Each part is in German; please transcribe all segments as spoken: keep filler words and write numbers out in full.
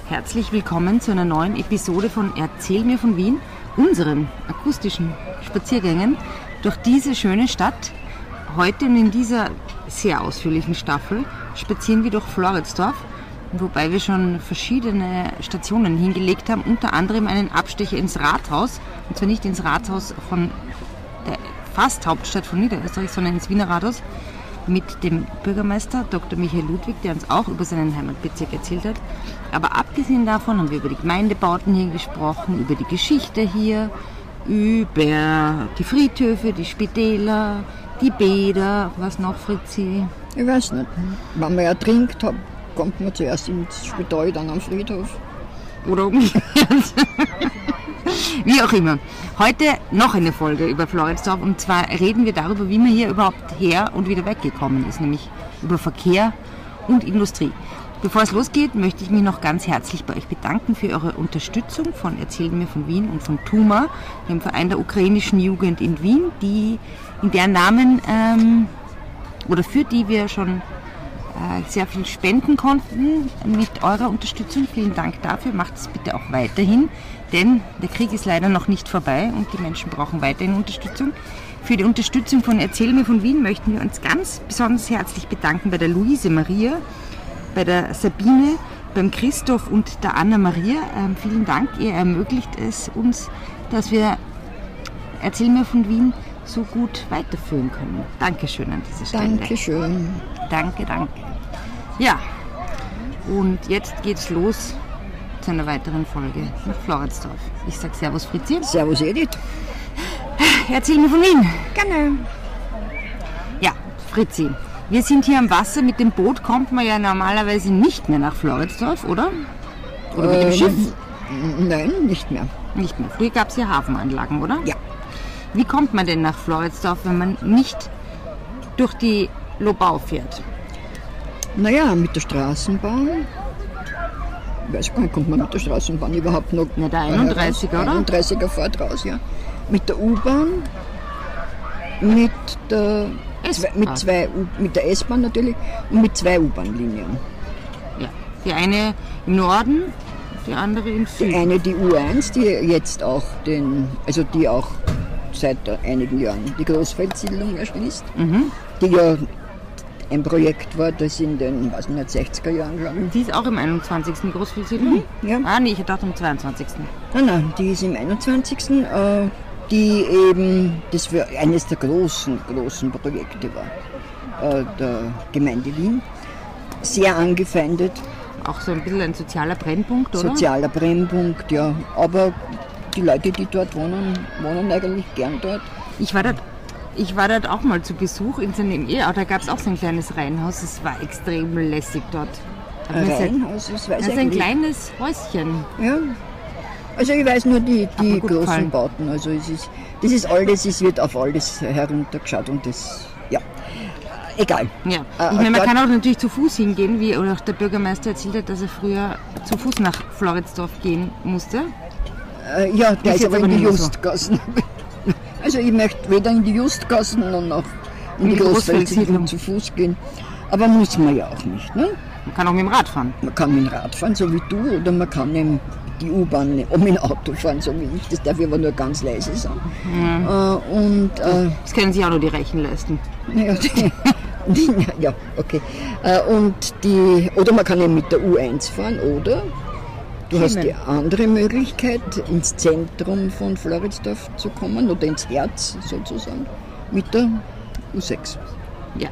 Herzlich willkommen zu einer neuen Episode von Erzähl mir von Wien, unseren akustischen Spaziergängen durch diese schöne Stadt. Heute in dieser sehr ausführlichen Staffel spazieren wir durch Floridsdorf, wobei wir schon verschiedene Stationen hingelegt haben, unter anderem einen Abstecher ins Rathaus, und zwar nicht ins Rathaus von der fast Hauptstadt von Niederösterreich, sondern ins Wiener Rathaus mit dem Bürgermeister Doktor Michael Ludwig, der uns auch über seinen Heimatbezirk erzählt hat. Aber abgesehen davon haben wir über die Gemeindebauten hier gesprochen, über die Geschichte hier, über die Friedhöfe, die Spitäler, die Bäder, was noch, Fritzi? Ich weiß nicht. Wenn man ja trinkt, kommt man zuerst ins Spital, dann am Friedhof. Oder umgekehrt. Wie auch immer. Heute noch eine Folge über Floridsdorf, und zwar reden wir darüber, wie man hier überhaupt her und wieder weggekommen ist, nämlich über Verkehr und Industrie. Bevor es losgeht, möchte ich mich noch ganz herzlich bei euch bedanken für eure Unterstützung von Erzähl mir von Wien und von TUMA, dem Verein der ukrainischen Jugend in Wien, die in deren Namen ähm, oder für die wir schon äh, sehr viel spenden konnten mit eurer Unterstützung. Vielen Dank dafür, macht es bitte auch weiterhin, denn der Krieg ist leider noch nicht vorbei und die Menschen brauchen weiterhin Unterstützung. Für die Unterstützung von Erzähl mir von Wien möchten wir uns ganz besonders herzlich bedanken bei der Luise Maria, bei der Sabine, beim Christoph und der Anna Maria. Ähm, vielen Dank, ihr ermöglicht es uns, dass wir Erzähl mir von Wien so gut weiterführen können. Dankeschön an dieser Stelle. Dankeschön. Danke, danke. Ja, und jetzt geht's los zu einer weiteren Folge nach Floridsdorf. Ich sage Servus Fritzi. Servus Edith. Erzähl mir von Wien. Gerne. Ja, Fritzi, wir sind hier am Wasser. Mit dem Boot kommt man ja normalerweise nicht mehr nach Floridsdorf, oder? Oder mit dem Ähm, Schiff? Nein, nicht mehr. Nicht mehr. Früher gab es hier Hafenanlagen, oder? Ja. Wie kommt man denn nach Floridsdorf, wenn man nicht durch die Lobau fährt? Naja, mit der Straßenbahn. Ich weiß gar nicht, kommt man mit der Straßenbahn überhaupt noch? Ja, der einunddreißiger, oder? einunddreißiger fährt raus, ja. Mit der U-Bahn, mit der zwei, mit, zwei, U- mit der S-Bahn natürlich und mit zwei U-Bahn-Linien. Ja. Die eine im Norden, die andere im Die Süden. eine, die U eins, die jetzt auch den, also die auch seit einigen Jahren die Großfeldsiedlung erschließt, Mhm. die ja ein Projekt war, das in den, weiß nicht, sechziger Jahren, glaube ich. Die ist auch im einundzwanzigsten Großfeldsiedlung? Ja. Ah, nee, ich dachte im zweiundzwanzigsten Nein, nein, die ist im einundzwanzigsten Äh, die eben, das für eines der großen, großen Projekte war, äh, der Gemeinde Wien. Sehr angefeindet, Auch so ein bisschen ein sozialer Brennpunkt, oder? sozialer Brennpunkt, ja. Aber die Leute, die dort wohnen, wohnen eigentlich gern dort. Ich war dort, ich war dort auch mal zu Besuch in seinem Eheau. Da gab es auch so ein kleines Reihenhaus. Es war extrem lässig dort. Ein Das ist ein- Reihenhaus, das weiß das ich ist ein eigentlich. kleines Häuschen. Ja. Also ich weiß nur die, mir die gut großen gefallen. Bauten. Also es ist, das ist alles, es wird auf alles heruntergeschaut und das, ja, egal. Ja. Äh, Ich meine, man dort- kann auch natürlich zu Fuß hingehen, wie auch der Bürgermeister erzählt hat, dass er früher zu Fuß nach Floridsdorf gehen musste. Äh, ja, der Ist ist jetzt aber aber in die nicht mehr so. Justgassen. Also ich möchte weder in die Justgassen noch nach in In die die Großfeldsiedlung. Großfeldsiedlung zu Fuß gehen. Aber muss man ja auch nicht. Ne? Man kann auch mit dem Rad fahren. Man kann mit dem Rad fahren, so wie du, oder man kann eben die U-Bahn nehmen, und mit dem Auto fahren, so wie ich. Das darf ich aber nur ganz leise sagen. Äh, und äh, Das können sich auch nur die Reichen leisten. ja, die, die, ja, okay. Äh, und die, oder man kann eben mit der U eins fahren, oder du hast die andere Möglichkeit, ins Zentrum von Floridsdorf zu kommen, oder ins Herz sozusagen, mit der U sechs. Ja.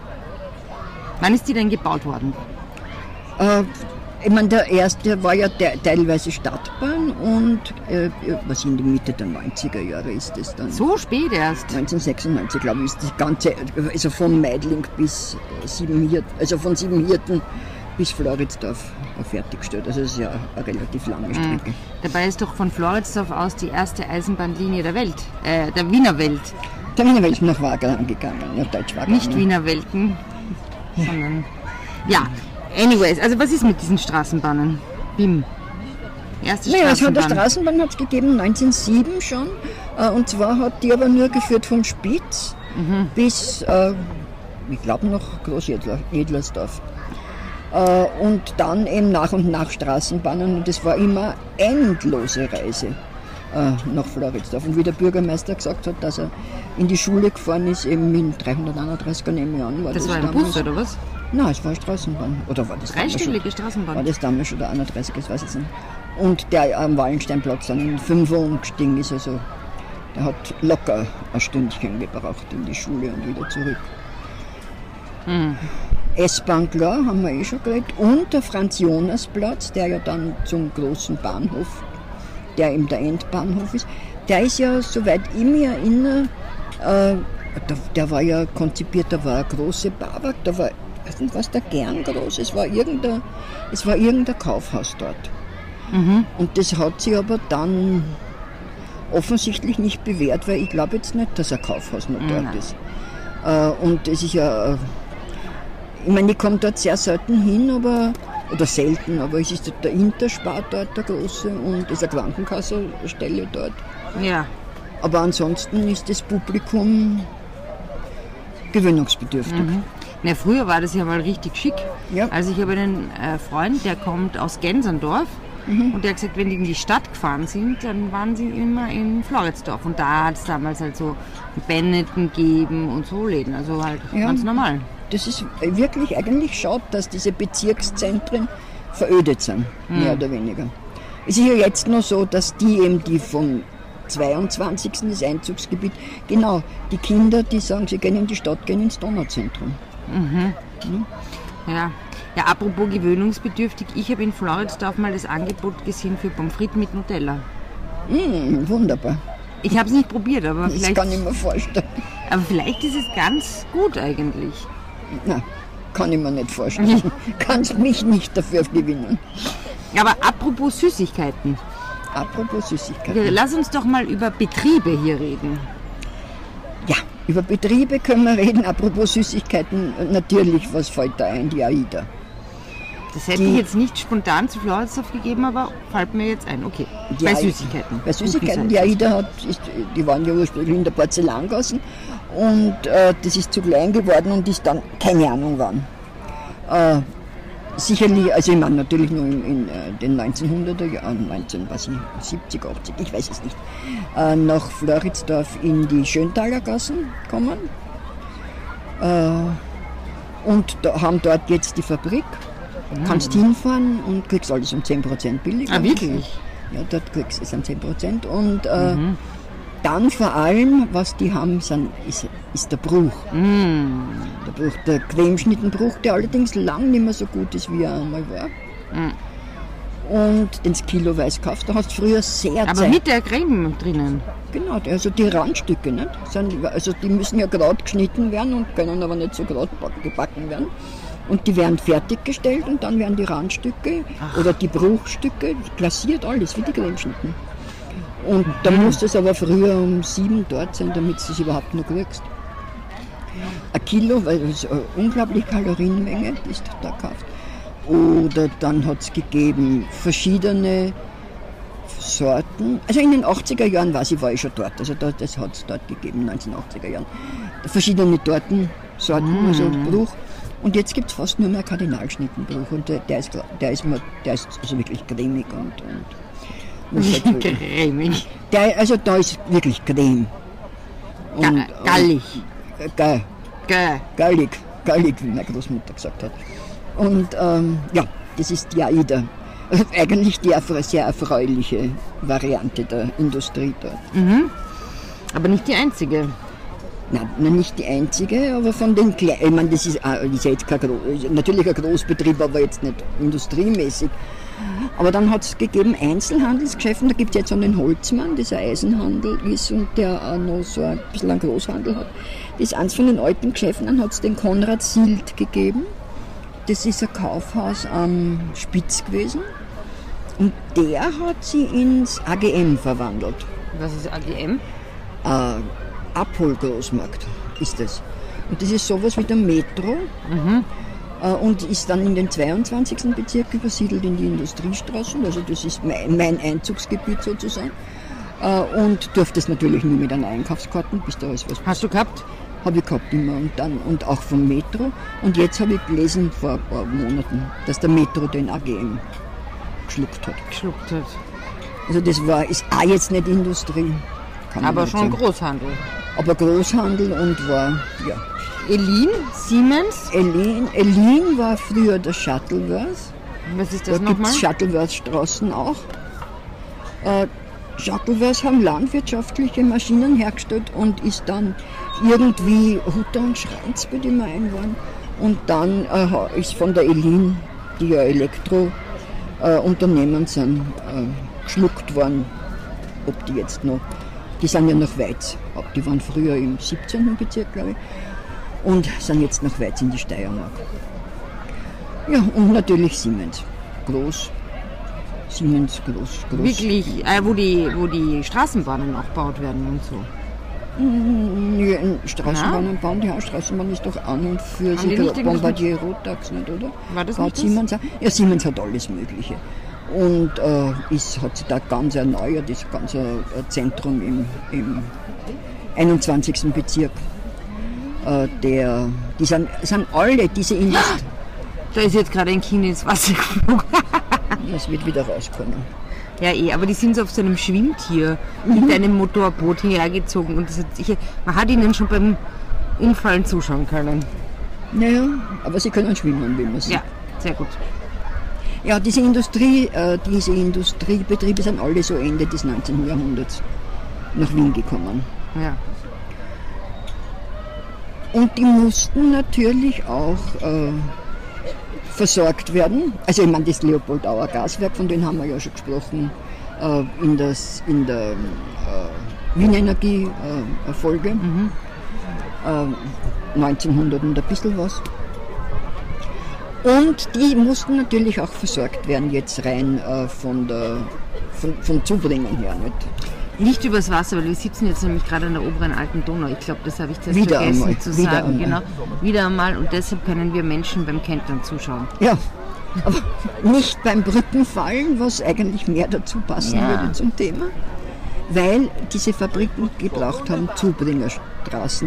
Wann ist die denn gebaut worden? Äh, ich meine, der erste war ja te- teilweise Stadtbahn und äh, was in die Mitte der neunziger Jahre ist das dann. So spät erst. neunzehnhundertsechsundneunzig, glaube ich, ist das ganze, also von Meidling bis Siebenhirten, also von Siebenhirten bis Floridsdorf fertiggestellt. Also das ist ja eine relativ lange Strecke. Mhm. Dabei ist doch von Floridsdorf aus die erste Eisenbahnlinie der Welt, äh, der Wiener Welt. Der Wiener Welt ist nach Wagram gegangen, nach Deutsch-Wagram. Nicht Wiener Welten, sondern... Ja, anyways, also was ist mit diesen Straßenbahnen? Bim. Erste Naja, es hat eine Straßenbahn. Straßenbahn hat's gegeben, neunzehnhundertsieben schon. Äh, und zwar hat die aber nur geführt von Spitz bis, äh, ich glaube, nach Großjedlersdorf. Äh, und dann eben nach und nach Straßenbahnen und es war immer endlose Reise äh, nach Floridsdorf. Und wie der Bürgermeister gesagt hat, dass er in die Schule gefahren ist, eben mit dreihunderteinunddreißiger nehme ich an. War Das das war ein damals? Bus, oder was? Nein, es war eine Straßenbahn. Oder war das damals schon? Dreistellige Straßenbahn. War das damals schon der einunddreißiger, das weiß ich jetzt nicht. Und der am Wallensteinplatz dann in fünf Uhr umgestiegen ist, also der hat locker ein Stündchen gebraucht in die Schule und wieder zurück. Hm. S-Bahn, klar, haben wir eh schon geredet. Und der Franz-Jonas-Platz, der ja dann zum großen Bahnhof, der eben der Endbahnhof ist, der ist ja, soweit ich mich erinnere, äh, der, der war ja konzipiert, da war eine große Barwerk, da war, ich weiß nicht, was da gern groß, es war irgendein, es war irgendein Kaufhaus dort. Mhm. Und das hat sich aber dann offensichtlich nicht bewährt, weil ich glaube jetzt nicht, dass ein Kaufhaus noch dort Nein. ist. Äh, und es ist ja, äh, ich meine, ich komme dort sehr selten hin, aber, oder selten, aber es ist der Interspar dort, der große, und es ist eine Krankenkassenstelle dort. Ja. Aber ansonsten ist das Publikum gewöhnungsbedürftig. Mhm. Na, früher war das ja mal richtig schick. Ja. Also ich habe einen äh, Freund, der kommt aus Genserndorf. Mhm. Und der hat gesagt, wenn die in die Stadt gefahren sind, dann waren sie immer in Floridsdorf. Und da hat es damals halt so Benetton gegeben und so Läden. Also halt Ja. ganz normal. Das ist wirklich eigentlich schade, dass diese Bezirkszentren verödet sind, mehr oder weniger. Es ist ja jetzt noch so, dass die eben, die vom zweiundzwanzigsten das Einzugsgebiet, genau, die Kinder, die sagen, sie gehen in die Stadt, gehen ins Donauzentrum. Ja. Ja, apropos gewöhnungsbedürftig, ich habe in Floridsdorf mal das Angebot gesehen für Pommes frites mit Nutella. Mm, wunderbar. Ich habe es nicht probiert, aber Das vielleicht, kann ich mir vorstellen. aber vielleicht ist es ganz gut eigentlich. Nein, kann ich mir nicht vorstellen. Kannst mich nicht dafür gewinnen. Aber apropos Süßigkeiten, Apropos Süßigkeiten. lass uns doch mal über Betriebe hier reden. Ja, über Betriebe können wir reden. Apropos Süßigkeiten, natürlich, was fällt da ein? Die AIDA. Das hätte Die- ich jetzt nicht spontan zu Floridsdorf gegeben, aber fällt mir jetzt ein. Okay, Die bei Ai- Süßigkeiten. Bei Süßigkeiten, die Guten AIDA hat, ist, die waren ja ursprünglich in der Porzellangassen und äh, das ist zu klein geworden und ist dann, keine Ahnung wann. Äh, sicherlich, also ich meine natürlich nur in, in äh, den neunzehnhunderter Jahren, neunzehnhundertsiebzig, achtzig, ich weiß es nicht, äh, nach Floridsdorf in die Schöntaler Gassen kommen äh, und da, haben dort jetzt die Fabrik. Kannst hinfahren und kriegst alles um zehn Prozent billiger. Ah, wirklich? Ja, dort kriegst du es um zehn Prozent. Und äh, dann vor allem, was die haben, sind, ist, ist der Bruch. Mm. Der Bruch, der Cremeschnittenbruch, der allerdings lang nicht mehr so gut ist, wie er einmal war. Und den kiloweise kaufst, da hast du früher sehr Aber Zeit. mit der Creme drinnen. Genau, also die Randstücke, nicht? Sind, also die müssen ja gerade geschnitten werden und können aber nicht so gerade gebacken werden. Und die werden fertiggestellt und dann werden die Randstücke oder die Bruchstücke glasiert, alles, wie die Cremeschnitten. Und da musst du es aber früher um sieben dort sein, damit du es überhaupt noch kriegst. Ein Kilo, weil es eine unglaubliche Kalorienmenge, die du da kauft. Oder dann hat es gegeben verschiedene Sorten. Also in den achtziger Jahren weiß ich, war ich schon dort. Also da, das hat es dort gegeben, neunzehnhundertachtziger Jahren. Verschiedene Tortensorten, also Bruch. Und jetzt gibt es fast nur mehr Kardinalschnittenbruch. Und der, der, ist, der, ist, mal- der ist also wirklich cremig und, und muss halt wirklich- Cremig. der, also da ist wirklich Creme. Ga Und, gallig. äh, ga, Gell. gallig, gallig, wie meine Großmutter gesagt hat. Und ähm, ja, das ist die AIDA. Eigentlich die erfre- sehr erfreuliche Variante der Industrie dort. Aber nicht die einzige. Nein, na, nicht die einzige, aber von den kleinen, ich meine, das ist, auch- ist ja jetzt kein Gro natürlich ein Großbetrieb, aber jetzt nicht industriemäßig. Aber dann hat es gegeben Einzelhandelsgeschäfte, da gibt es jetzt so einen Holzmann, der ein Eisenhandel ist und der auch noch so ein bisschen einen Großhandel hat. Das ist eins von den alten Geschäften, dann hat es den Konrad Sild gegeben. Das ist ein Kaufhaus am Spitz gewesen und der hat sie ins A G M verwandelt. Was ist A G M? Äh, Abholgroßmarkt ist das. Und das ist sowas wie der Metro äh, und ist dann in den zweiundzwanzigsten Bezirk übersiedelt in die Industriestraßen. Also das ist mein, mein Einzugsgebiet sozusagen. Äh, und durftest natürlich nur mit einer Einkaufskarten, bis da alles was. Hast du gehabt? habe ich gehabt immer und dann und auch vom Metro. Und jetzt habe ich gelesen vor ein paar Monaten, dass der Metro den A G M geschluckt hat. Geschluckt hat. Also das war, ist auch jetzt nicht Industrie. Kann Aber man schon nicht sagen. Großhandel. Aber Großhandel und war, ja. Elin, Siemens. Elin, Elin war früher der Shuttleworth. Was ist das Da gibt nochmal? es Shuttleworth-Straßen auch. Äh, Shuttleworth haben landwirtschaftliche Maschinen hergestellt und ist dann irgendwie Hutter und Schreins, bei dem wir ein waren. Und dann äh, ist von der Elin, die ja Elektrounternehmen äh, sind, äh, geschluckt worden. Ob die jetzt noch, die sind ja nach Weiz, die waren früher im siebzehnten Bezirk, glaube ich, und sind jetzt nach Weiz in die Steiermark. Ja, und natürlich Siemens, groß. Siemens groß, groß. Wirklich, äh, wo, die, wo die Straßenbahnen auch gebaut werden und so. Ja, Straßenbahnen bauen die auch. Straßenbahn ist doch an und für Haben die sich nicht Bombardier Rotax, nicht, oder? War das Baut nicht das? Siemens auch? Ja, Siemens hat alles Mögliche. Und äh, ist, hat sich da ganz erneuert, ist ganz ein Zentrum im, im einundzwanzigsten Bezirk. Äh, der, die sind, sind alle diese Industrie. Da ist jetzt gerade ein Kind ins Wasser geflogen. Das wird wieder rauskommen. Ja, eh, aber die sind so auf so einem Schwimmtier mit einem Motorboot hergezogen. Und das hat, ich, man hat ihnen schon beim Umfallen zuschauen können. Naja, aber sie können schwimmen, wie man sieht. Ja, sehr gut. Ja, diese Industrie, äh, diese Industriebetriebe sind alle so Ende des neunzehnten Jahrhunderts nach Wien gekommen. Ja. Und die mussten natürlich auch äh, versorgt werden. Also ich meine, das Leopoldauer Gaswerk, von dem haben wir ja schon gesprochen, äh, in, das, in der äh, Wien Energie äh, Folge. Mhm. Äh, neunzehnhundert und ein bisschen was. Und die mussten natürlich auch versorgt werden, jetzt rein äh, von der, von, vom Zubringen her. Nicht? Nicht übers Wasser, weil wir sitzen jetzt nämlich gerade an der oberen alten Donau. Ich glaube, das habe ich zuerst Wieder vergessen einmal. zu Wieder sagen. einmal. Genau. Wieder einmal. Und deshalb können wir Menschen beim Kentern zuschauen. Ja, aber nicht beim Brückenfallen, was eigentlich mehr dazu passen Ja. würde zum Thema, weil diese Fabriken gebraucht haben Zubringerstraßen,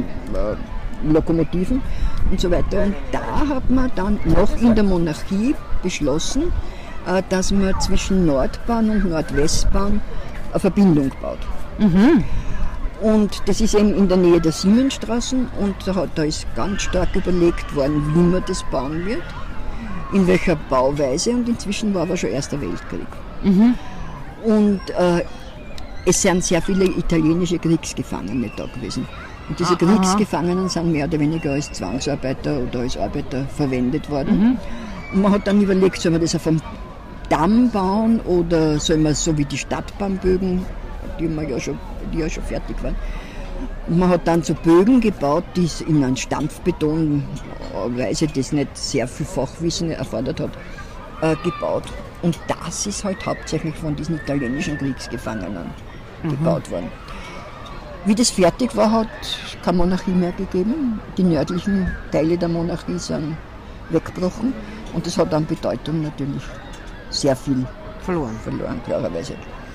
Zubringerlokomotiven und so weiter. Und da hat man dann noch in der Monarchie beschlossen, äh, dass man zwischen Nordbahn und Nordwestbahn eine Verbindung baut. Mhm. Und das ist eben in der Nähe der Siemensstraßen und da, hat, da ist ganz stark überlegt worden, wie man das bauen wird, in welcher Bauweise, und inzwischen war aber schon Erster Weltkrieg. Mhm. Und äh, es sind sehr viele italienische Kriegsgefangene da gewesen. Und diese Ah, Kriegsgefangenen sind mehr oder weniger als Zwangsarbeiter oder als Arbeiter verwendet worden. Mhm. Und man hat dann überlegt, soll man das auf einem Damm bauen oder soll man so wie die Stadtbahnbögen, die, wir ja schon, die ja schon fertig waren. Und man hat dann so Bögen gebaut, die in einem Stampfbeton, weil sie das nicht sehr viel Fachwissen erfordert hat, äh, gebaut. Und das ist halt hauptsächlich von diesen italienischen Kriegsgefangenen mhm. gebaut worden. Wie das fertig war, hat es keine Monarchie mehr gegeben. Die nördlichen Teile der Monarchie sind weggebrochen und das hat an Bedeutung natürlich sehr viel Verloren. verloren, klarerweise.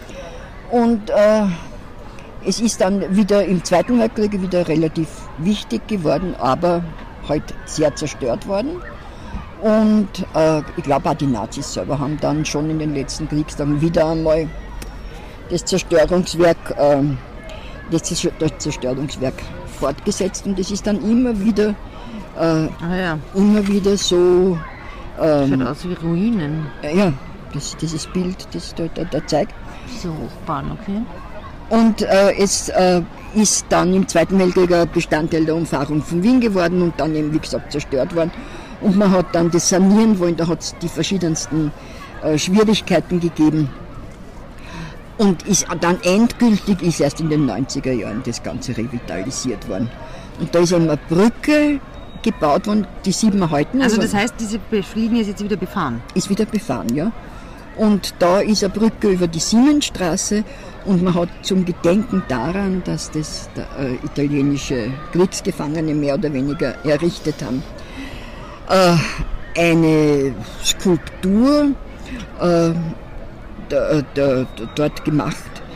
Und äh, es ist dann wieder im Zweiten Weltkrieg wieder relativ wichtig geworden, aber halt sehr zerstört worden. Und äh, ich glaube auch die Nazis selber haben dann schon in den letzten Kriegstagen wieder einmal das Zerstörungswerk, äh, das Zerstörungswerk fortgesetzt. Und es ist dann immer wieder, äh, Ah ja, immer wieder so. schaut Ähm, aus wie Ruinen. ja, das, dieses Bild, das da, da, da zeigt. Diese Hochbahn, okay. Und äh, es äh, ist dann im Zweiten Weltkrieg ein Bestandteil der Umfahrung von Wien geworden und dann eben, wie gesagt, zerstört worden. Und man hat dann das sanieren wollen, da hat es die verschiedensten äh, Schwierigkeiten gegeben. Und ist dann endgültig, ist erst in den neunziger Jahren das Ganze revitalisiert worden. Und da ist eben eine Brücke gebaut worden, die sieht man heute noch. Also das heißt, diese Linie ist jetzt wieder befahren? Ist wieder befahren, ja. Und da ist eine Brücke über die Siemensstraße und man hat zum Gedenken daran, dass das der, äh, italienische Kriegsgefangene mehr oder weniger errichtet haben, äh, eine Skulptur äh, da, da, da, dort gemacht,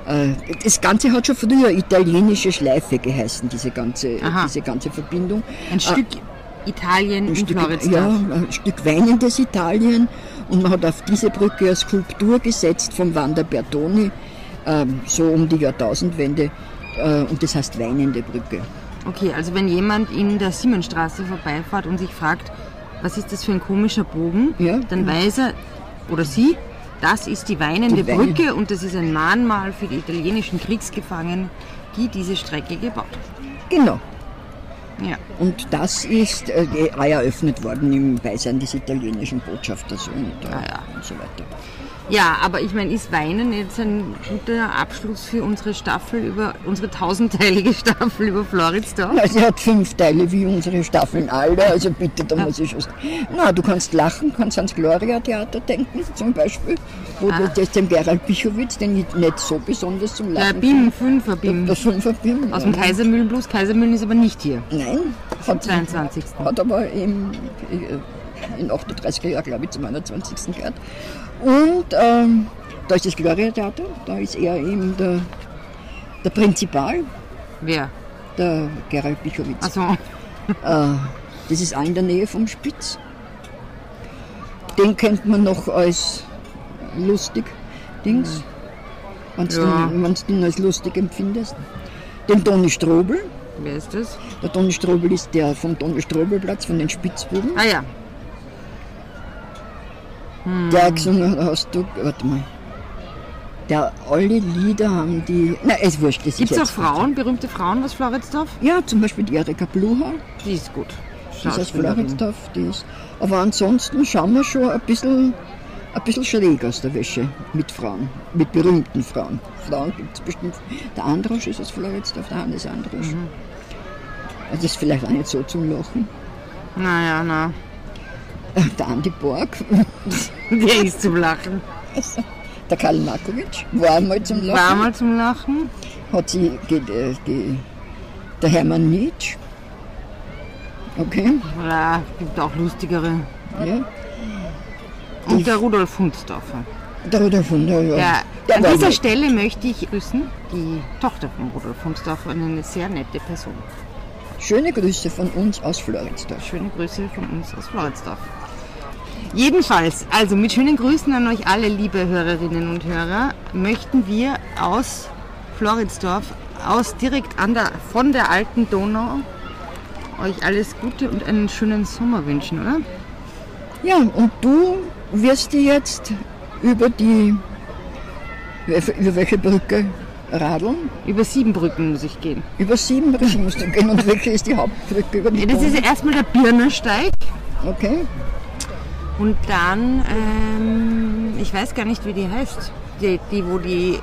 Das Ganze hat schon früher italienische Schleife geheißen, diese ganze, Aha. diese ganze Verbindung. Ein Stück Italien Ein in Stück, Floridsdorf. ja, ein Stück weinendes Italien. Und man hat auf diese Brücke eine Skulptur gesetzt vom Wander Bertoni, ähm, so um die Jahrtausendwende. Äh, und das heißt weinende Brücke. Okay, also wenn jemand in der Siemensstraße vorbeifährt und sich fragt, was ist das für ein komischer Bogen, Ja. dann weiß er, oder sie, das ist die weinende Die Weine- Brücke und das ist ein Mahnmal für die italienischen Kriegsgefangenen, die diese Strecke gebaut haben. Genau. Ja. Und das ist äh, auch eröffnet worden im Beisein des italienischen Botschafters und, äh, Ah, ja. und so weiter. Ja, aber ich meine, ist Weinen jetzt ein guter Abschluss für unsere Staffel über, unsere tausendteilige Staffel über Floridsdorf? Also er hat fünf Teile wie unsere Staffeln alle, also bitte, da muss ich schon sagen. Na, du kannst lachen, kannst ans Gloria-Theater denken, zum Beispiel, wo Ah. du das dem Gerald Bichowitz, den ich nicht so besonders zum Der Lachen BIM, Fünfer BIM. Der Fünfer BIM. Aus dem Kaisermühlen Blues. Kaisermühlen ist aber nicht hier. Nein, hat, zweiundzwanzigsten hat aber im, äh, in achtunddreißiger Jahren, glaube ich, zum einundzwanzigsten gehört. Und ähm, da ist das Gloria-Theater, da ist er eben der, der Prinzipal, Wer? der Gerald Bichowitz. Also, Äh, das ist auch in der Nähe vom Spitz. Den kennt man noch als lustig, Dings, wenn du Ja. den, wenn's den als lustig empfindest. Den Toni Strobel. wer ist das? Der Toni Strobel ist der vom Toni Strobel-Platz, von den Spitzbuben. Ah ja. Der gesungen hat, hast du, warte mal. Der alle Lieder haben die, nein, ist wurscht. Das Gibt es ist auch jetzt- Frauen, berühmte Frauen aus Floridsdorf? Ja, zum Beispiel die Erika Bluha. Die ist gut. Die ist aus Schauspielerin. Floridsdorf, die ist. Aber ansonsten schauen wir schon ein bisschen, ein bisschen schräg aus der Wäsche mit Frauen, mit berühmten Frauen. Frauen gibt es bestimmt. Der Androsch ist aus Floridsdorf, der Hannes Androsch. Mhm. Also das ist vielleicht auch nicht so zum Lachen. Naja, na. Der Andi Borg, Der ist zum Lachen. der Karl Markovic, war einmal zum Lachen. War mal zum Lachen. Hat sie, geht, äh, die, der Hermann Nietzsche. Okay, Ja, gibt auch lustigere. ja. Und der Rudolf Hundsdorfer. Der Rudolf Hunder, ja. Ja, Der an war dieser nett. Stelle möchte ich grüßen die Tochter von Rudolf Hundsdorfer, eine sehr nette Person. Schöne Grüße von uns aus Floridsdorf. Schöne Grüße von uns aus Floridsdorf. Jedenfalls, also mit schönen Grüßen an euch alle, liebe Hörerinnen und Hörer, möchten wir aus Floridsdorf, aus direkt an der, von der alten Donau, euch alles Gute und einen schönen Sommer wünschen, oder? Ja, und du wirst dir jetzt über die, über welche Brücke radeln? Über Siebenbrücken muss ich gehen. Über sieben Brücken musst du gehen. Und welche ist die Hauptbrücke über die Ja, das ist ja erstmal der Birnersteig Donau? Okay. und dann, ähm, ich weiß gar nicht, wie die heißt, die, die wo die,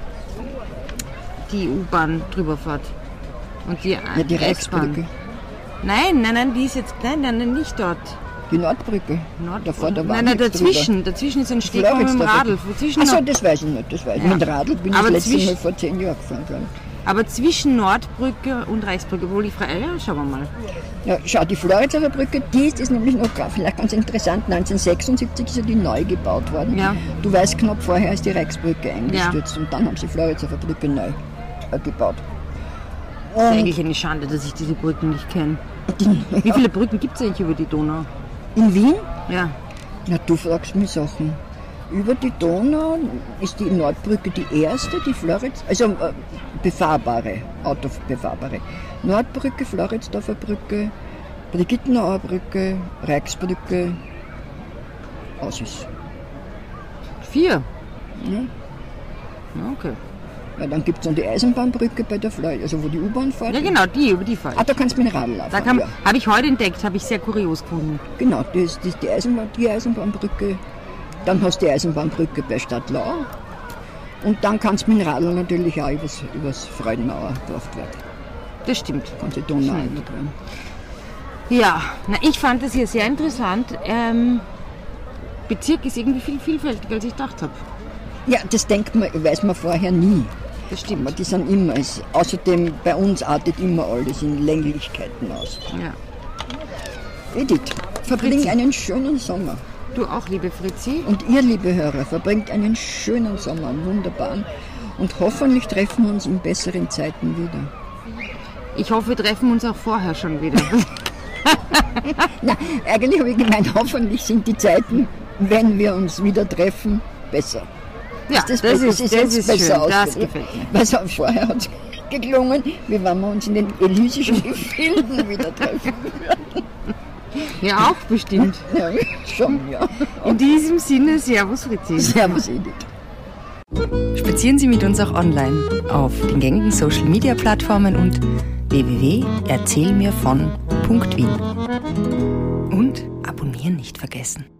die U-Bahn drüber fährt. Und die, Ja, die S-Bahn. Reichsbrücke. Nein, nein, nein, die ist jetzt, nein, nein, nein, nicht dort. Die Nordbrücke. Nord Da fährt der nein, nein, Wagen jetzt dazwischen. Dazwischen ist ein Steg mit dem Floridsdorfer. Radl. Dazwischen Achso, noch, das weiß ich nicht. Das weiß ich. Ja. Mit Radl bin Aber ich letztes zwischen- Mal vor zehn Jahren gefahren, glaube ich. aber zwischen Nordbrücke und Reichsbrücke, wo die Freie, ja, schauen wir mal. Ja, schau, die Floridsdorfer Brücke, die ist, ist nämlich noch gra- vielleicht ganz interessant. neunzehnhundertsechsundsiebzig ist ja die neu gebaut worden. Ja. Du weißt, knapp vorher ist die Reichsbrücke eingestürzt Ja. und dann haben sie die Floridsdorfer Brücke neu äh, gebaut. Das ist Und eigentlich eine Schande, dass ich diese Brücken nicht kenne. Wie viele Brücken gibt es eigentlich über die Donau? in Wien? Ja, Na, du fragst mich Sachen. Über die Donau ist die Nordbrücke die erste, die Florids, also äh, befahrbare, autobefahrbare. Nordbrücke, Floridsdorfer Brücke, Brigittenauer Brücke, Reichsbrücke, aus ist. vier. Ja. Ja, okay. Ja, dann gibt es noch die Eisenbahnbrücke bei der Florida, also wo die U-Bahn fährt. Ja, genau, die, über die fahre Ah, ich. da kannst du mit dem Radl laufen. Da kann, ja. habe ich heute entdeckt, habe ich sehr kurios gefunden. Genau, das ist, das ist die, Eisenbahn, die Eisenbahnbrücke. Dann hast du die Eisenbahnbrücke bei Stadtlau. Und dann kannst du mit dem Radl natürlich auch übers, übers Freudenauer Kraftwerk. Das stimmt. Kannst du die Donau Stimmt. überqueren. Ja, na, ich fand das hier sehr interessant. Ähm, Bezirk ist irgendwie viel vielfältiger, als ich gedacht habe. Ja, das denkt man, weiß man vorher nie. Das Aber stimmt. die sind immer, es, außerdem bei uns artet immer alles in Länglichkeiten aus. Ja. Edith, verbring Fritzi. einen schönen Sommer. Du auch, liebe Fritzi. Und ihr, liebe Hörer, verbringt einen schönen Sommer, einen wunderbaren. und hoffentlich treffen wir uns in besseren Zeiten wieder. Ich hoffe, wir treffen uns auch vorher schon wieder. Na, eigentlich habe ich gemeint, hoffentlich sind die Zeiten, wenn wir uns wieder treffen, besser. Ja, ist das, das, das ist, ist das jetzt ist besser schön, das ausgedrückt. gefällt mir. Weil so vorher hat es geklungen, wie wenn wir uns in den elysischen Gefilden wieder treffen würden. Ja, auch bestimmt. Ja, schon, ja. In diesem Sinne, Servus Fritzi. Servus Edith. Spazieren Sie mit uns auch online auf den gängigen Social Media Plattformen und w w w punkt erzählmirvon punkt wien. Und abonnieren nicht vergessen.